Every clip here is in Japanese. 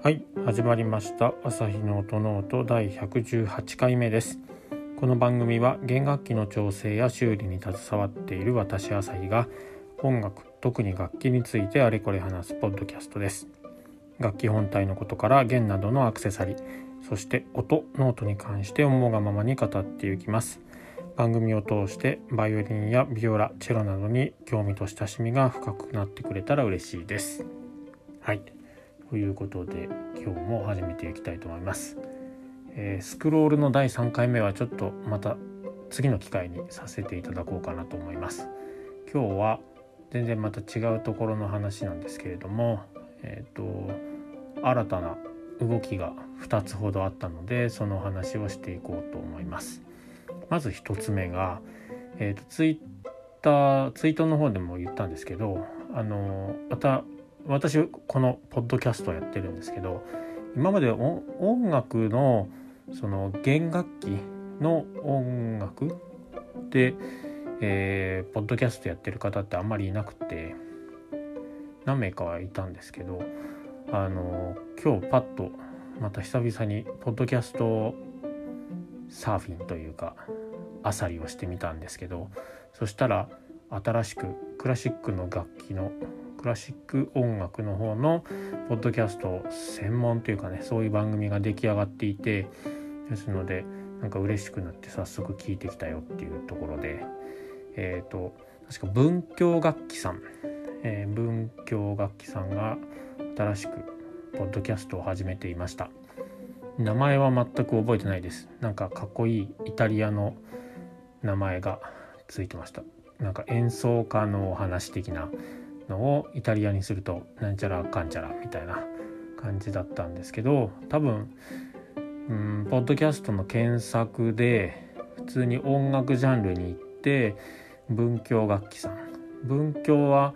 はい、始まりました朝日の音ノート第118回目です。この番組は弦楽器の調整や修理に携わっている私朝日が音楽、特に楽器についてあれこれ話すポッドキャストです。楽器本体のことから弦などのアクセサリー、そして音、ノートに関して思うがままに語っていきます。番組を通してバイオリンやビオラ、チェロなどに興味と親しみが深くなってくれたら嬉しいです。はい、ということで今日も始めていきたいと思います。スクロールの第3回目はちょっとまた次の機会にさせていただこうかなと思います。今日は全然また違うところの話なんですけれども、新たな動きが2つほどあったのでその話をしていこうと思います。まず1つ目が、ツイートの方でも言ったんですけど、また私このポッドキャストをやってるんですけど、今まで音楽のその弦楽器の音楽で、ポッドキャストやってる方ってあんまりいなくて、何名かはいたんですけど、今日パッとまた久々にポッドキャストサーフィンというか漁りをしてみたんですけど、そしたら新しくクラシックの楽器のクラシック音楽の方のポッドキャスト専門というかね、そういう番組が出来上がっていて、ですのでなんか嬉しくなって早速聞いてきたよっていうところで、確か文教楽器さん、文教楽器さんが新しくポッドキャストを始めていました。名前は全く覚えてないです。なんかかっこいいイタリアの名前がついてました。なんか演奏家のお話的なのをイタリアにするとなんちゃらかんちゃらみたいな感じだったんですけど、多分ポッドキャストの検索で普通に音楽ジャンルに行って文教楽器さん、文教は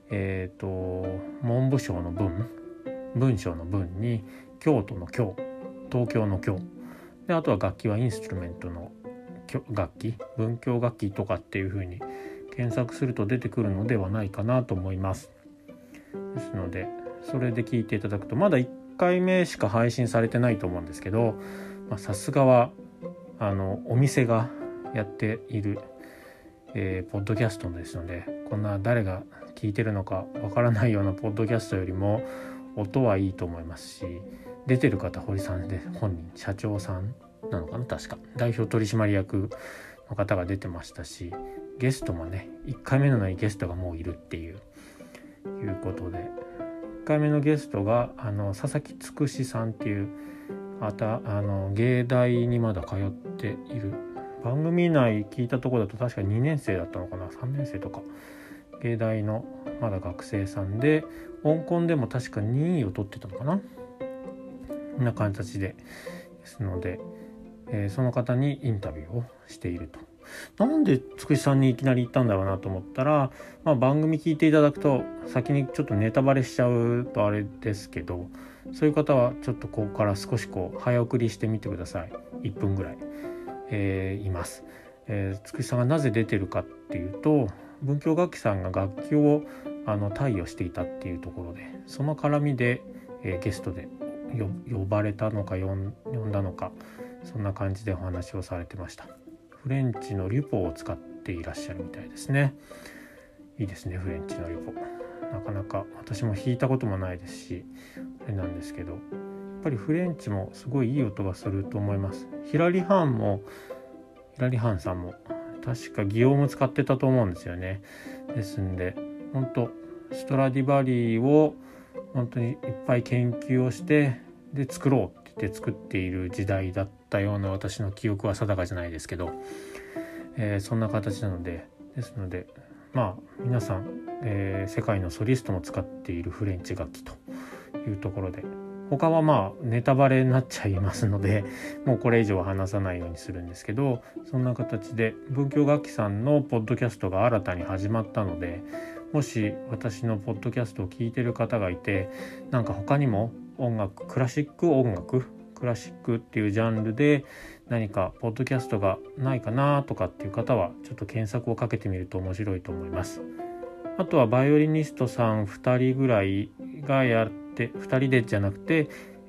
文部省の文、文章の文に京都の京、東京の京で、あとは楽器はインストゥルメントの楽器、文教楽器とかっていう風に検索すると出てくるのではないかなと思います。ですのでそれで聞いていただくと、まだ1回目しか配信されてないと思うんですけど、さすがはお店がやっている、ポッドキャストですので、こんな誰が聞いてるのかわからないようなポッドキャストよりも音はいいと思いますし、出てる方堀さんで、本人社長さんなのかな、確か代表取締役の方が出てましたし、ゲストもね1回目のないゲストがもういるっていうことで、1回目のゲストが佐々木つくしさんっていう、芸大にまだ通っている、番組内聞いたところだと確か2年生だったのかな、3年生とか、芸大のまだ学生さんで、音コンでも確か2位を取ってたのかな、こんな形ですので、その方にインタビューをしていると。なんでつくしさんにいきなり行ったんだろうなと思ったら、番組聞いていただくと先にちょっとネタバレしちゃうとあれですけど、そういう方はちょっとここから少し早送りしてみてください。1分ぐらい、います。つくしさんがなぜ出てるかっていうと、文教楽器さんが楽器を貸与していたっていうところで、その絡みで、ゲストで呼ばれたのか呼んだのか、そんな感じでお話をされてました。フレンチのリュポを使っていらっしゃるみたいですね。いいですね、フレンチのリュポ。なかなか私も弾いたこともないですしあれなんですけど、やっぱりフレンチもすごいいい音がすると思います。ヒラリハンさんも確か擬音も使ってたと思うんですよね。ですんで本当ストラディバリーを本当にいっぱい研究をしてで作ろうって言って作っている時代だったような、私の記憶は定かじゃないですけど、そんな形なので、ですので皆さん、世界のソリストも使っているフレンチ楽器というところで、他はネタバレになっちゃいますのでもうこれ以上は話さないようにするんですけど、そんな形で文教楽器さんのポッドキャストが新たに始まったので、もし私のポッドキャストを聞いてる方がいて、なんか他にも音楽、クラシックっていうジャンルで何かポッドキャストがないかなとかっていう方はちょっと検索をかけてみると面白いと思います。あとはバイオリニストさん2人ぐらいがやって、2人でじゃなくて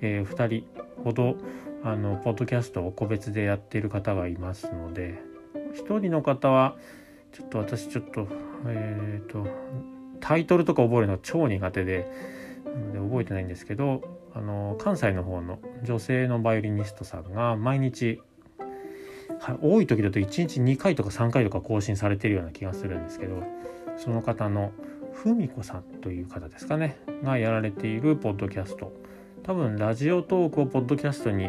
2人ほどポッドキャストを個別でやっている方がいますので、1人の方は私タイトルとか覚えるの超苦手で覚えてないんですけど、関西の方の女性のバイオリニストさんが毎日、多い時だと1日2回とか3回とか更新されているような気がするんですけど、その方のふみこさんという方ですかねがやられているポッドキャスト、多分ラジオトークをポッドキャストに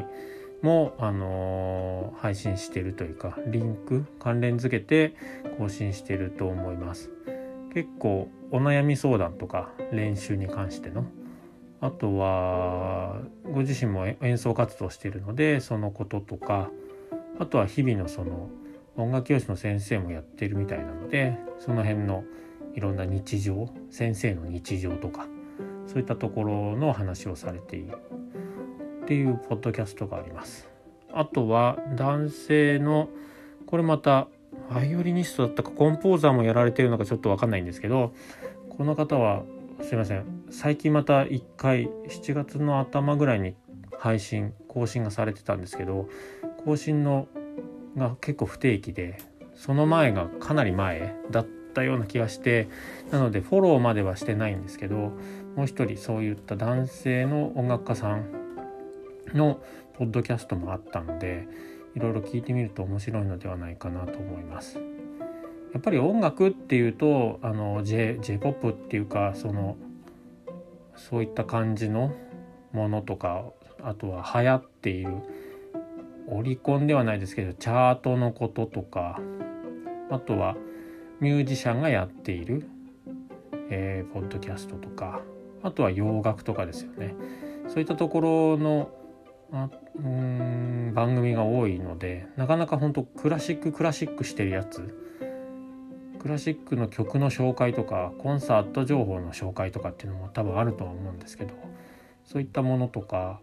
も、配信しているというか、リンク関連付けて更新していると思います。結構お悩み相談とか練習に関しての、あとはご自身も演奏活動しているのでそのこととか、あとは日々のその音楽教師の先生もやってるみたいなので、その辺のいろんな日常、先生の日常とかそういったところの話をされているっていうポッドキャストがあります。あとは男性の、これまたバイオリニストだったかコンポーザーもやられてるのかちょっと分かんないんですけど、この方はすいません、最近また1回7月の頭ぐらいに更新がされてたんですけど、更新が結構不定期で、その前がかなり前だったような気がして、なのでフォローまではしてないんですけど、もう一人そういった男性の音楽家さんのポッドキャストもあったので、いろいろ聞いてみると面白いのではないかなと思います。やっぱり音楽っていうとJ-POP っていうか、そういった感じのものとか、あとは流行っているオリコンではないですけどチャートのこととか、あとはミュージシャンがやっている、ポッドキャストとか、あとは洋楽とかですよね。そういったところの番組が多いので、なかなか本当クラシックしてるやつ、クラシックの曲の紹介とかコンサート情報の紹介とかっていうのも多分あるとは思うんですけど、そういったものとか、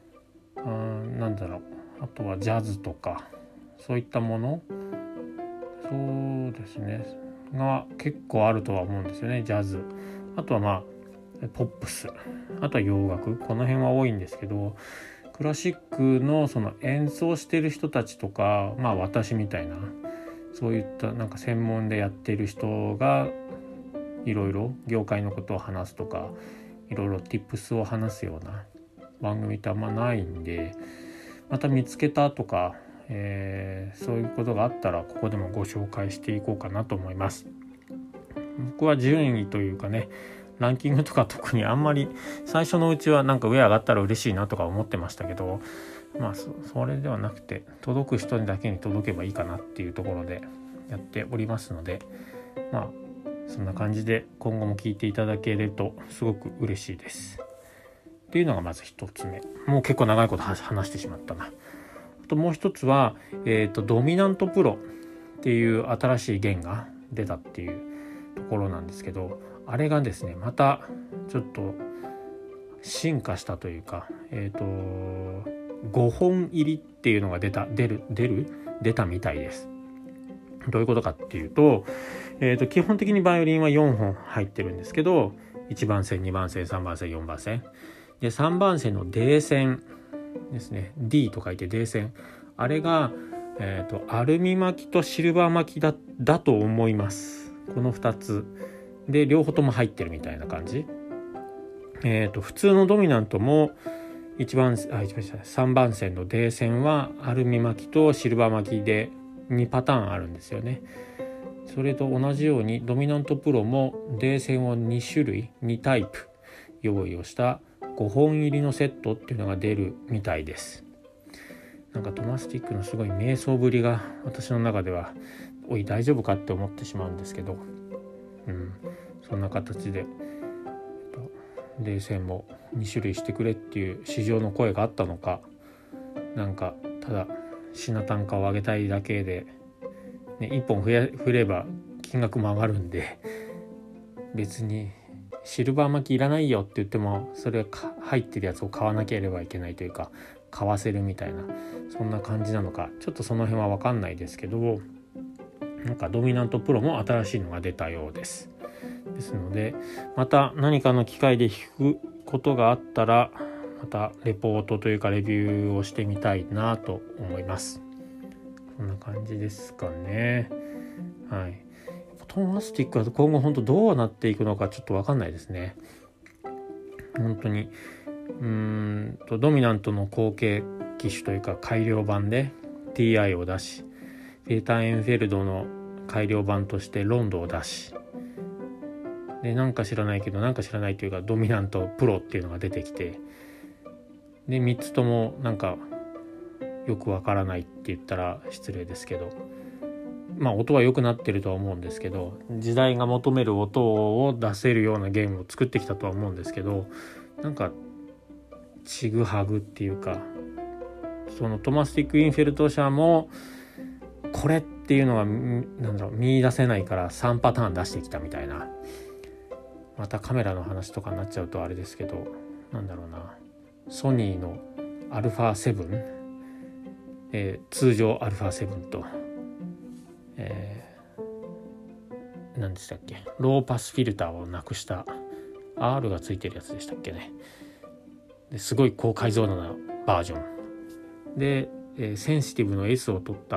あとはジャズとかそういったもの、そうですねが結構あるとは思うんですよね。ジャズ、あとはポップス、あとは洋楽、この辺は多いんですけど、クラシックのその演奏してる人たちとか、私みたいなそういったなんか専門でやってる人がいろいろ業界のことを話すとか、いろいろ tips を話すような番組ってあんまないんで、また見つけたとか、そういうことがあったらここでもご紹介していこうかなと思います。僕は順位というかね、ランキングとか特にあんまり最初のうちはなんか上上がったら嬉しいなとか思ってましたけど、それではなくて届く人にだけに届けばいいかなっていうところでやっておりますので、そんな感じで今後も聞いていただけるとすごく嬉しいですっていうのがまず一つ目。もう結構長いこと話してしまったな。あともう一つは、ドミナントプロっていう新しい弦が出たっていうところなんですけど、あれがですねまたちょっと進化したというか、5本入りっていうのが出たみたいです。どういうことかっていうと、基本的にバイオリンは4本入ってるんですけど、1番線2番線3番線4番線で、3番線の D 線ですね、 D と書いて D 線、あれが、アルミ巻きとシルバー巻きだと思います。この2つで両方とも入ってるみたいな感じ。普通のドミナントも3番線の D 線はアルミ巻きとシルバー巻きで2パターンあるんですよね。それと同じようにドミナントプロも D 線を2種類2タイプ用意をした5本入りのセットっていうのが出るみたいです。なんかトマスティックのすごい迷走ぶりが私の中では大丈夫かって思ってしまうんですけど、そんな形でD線も2種類してくれっていう市場の声があったのか、なんかただ品単価を上げたいだけで、1本振れば金額も上がるんで、別にシルバー巻きいらないよって言ってもそれ入ってるやつを買わなければいけないというか、買わせるみたいな、そんな感じなのかちょっとその辺は分かんないですけど、なんかドミナントプロも新しいのが出たようです。ですのでまた何かの機会で弾くことがあったらまたレポートというかレビューをしてみたいなと思います。こんな感じですかね。はい。トマスティックは今後本当どうなっていくのかちょっと分かんないですね。本当にドミナントの後継機種というか改良版で TI を出し、ペーターエンフェルドの改良版としてロンドを出し、でなんか知らないというかドミナントプロっていうのが出てきて、で3つともなんかよくわからないって言ったら失礼ですけど、まあ音は良くなってるとは思うんですけど、時代が求める音を出せるようなゲームを作ってきたとは思うんですけど、なんかちぐはぐっていうか、そのトマスティック・インフェルト社もこれっていうのが見出せないから3パターン出してきたみたいな。またカメラの話とかになっちゃうとあれですけど、ソニーの α7、通常 α7 と、何でしたっけ、ローパスフィルターをなくした R がついてるやつでしたっけね。ですごい高解像度なバージョンで、センシティブの S を取った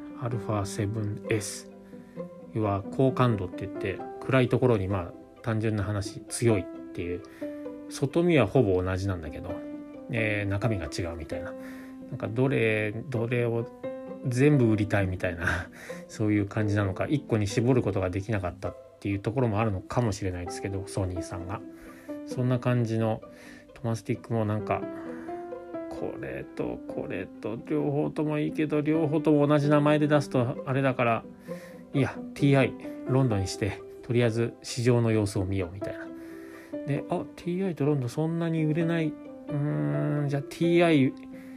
α7S は高感度って言って暗いところに単純な話強いっていう、外見はほぼ同じなんだけど、中身が違うみたいな、なんかどれを全部売りたいみたいなそういう感じなのか、一個に絞ることができなかったっていうところもあるのかもしれないですけど、ソニーさんがそんな感じのトマスティックもなんかこれと両方ともいいけど両方とも同じ名前で出すとあれだから、いや TI ロンドンにしてとりあえず市場の様子を見ようみたいな。で、TI とロンドンそんなに売れない、じゃあ TI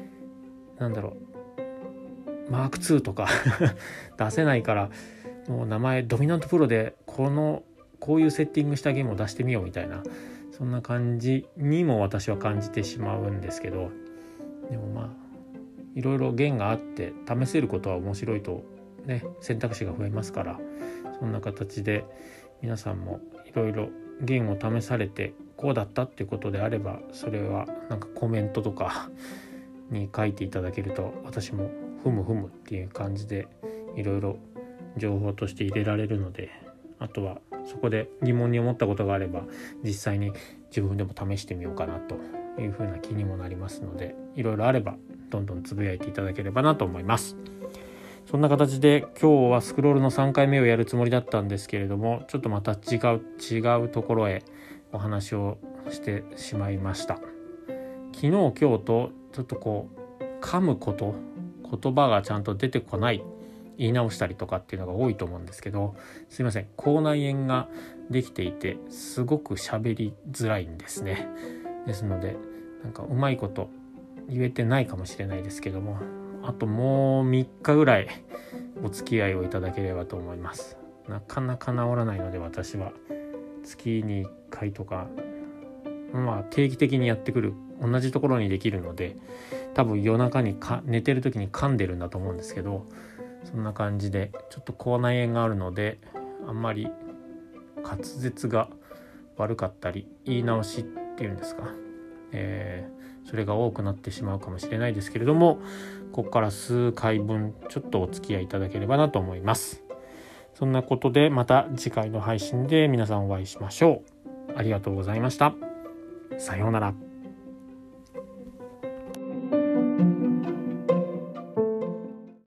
マーク2とか出せないから、もう名前ドミナントプロでこういうセッティングしたゲームを出してみようみたいな、そんな感じにも私は感じてしまうんですけど、でもいろいろ弦があって試せることは面白いとね、選択肢が増えますから、そんな形で皆さんもいろいろ弦を試されてこうだったっていうことであれば、それはなんかコメントとかに書いていただけると、私もふむっていう感じでいろいろ情報として入れられるので、あとはそこで疑問に思ったことがあれば実際に自分でも試してみようかなというふうな気にもなりますので、いろいろあればどんどんつぶやいていただければなと思います。そんな形で今日はスクロールの3回目をやるつもりだったんですけれども、ちょっとまた違うところへお話をしてしまいました。昨日今日とちょっと噛む言葉がちゃんと出てこない、言い直したりとかっていうのが多いと思うんですけど、すいません、口内炎ができていてすごく喋りづらいんですね。ですのでなんかうまいこと言えてないかもしれないですけども、あともう3日ぐらいお付き合いをいただければと思います。なかなか治らないので、私は月に1回とか定期的にやってくる、同じところにできるので、多分夜中に寝てる時に噛んでるんだと思うんですけど、そんな感じでちょっと口内炎があるので、あんまり滑舌が悪かったり言い直しっていうんですか、それが多くなってしまうかもしれないですけれども、ここから数回分ちょっとお付き合いいただければなと思います。そんなことでまた次回の配信で皆さんお会いしましょう。ありがとうございました。さようなら。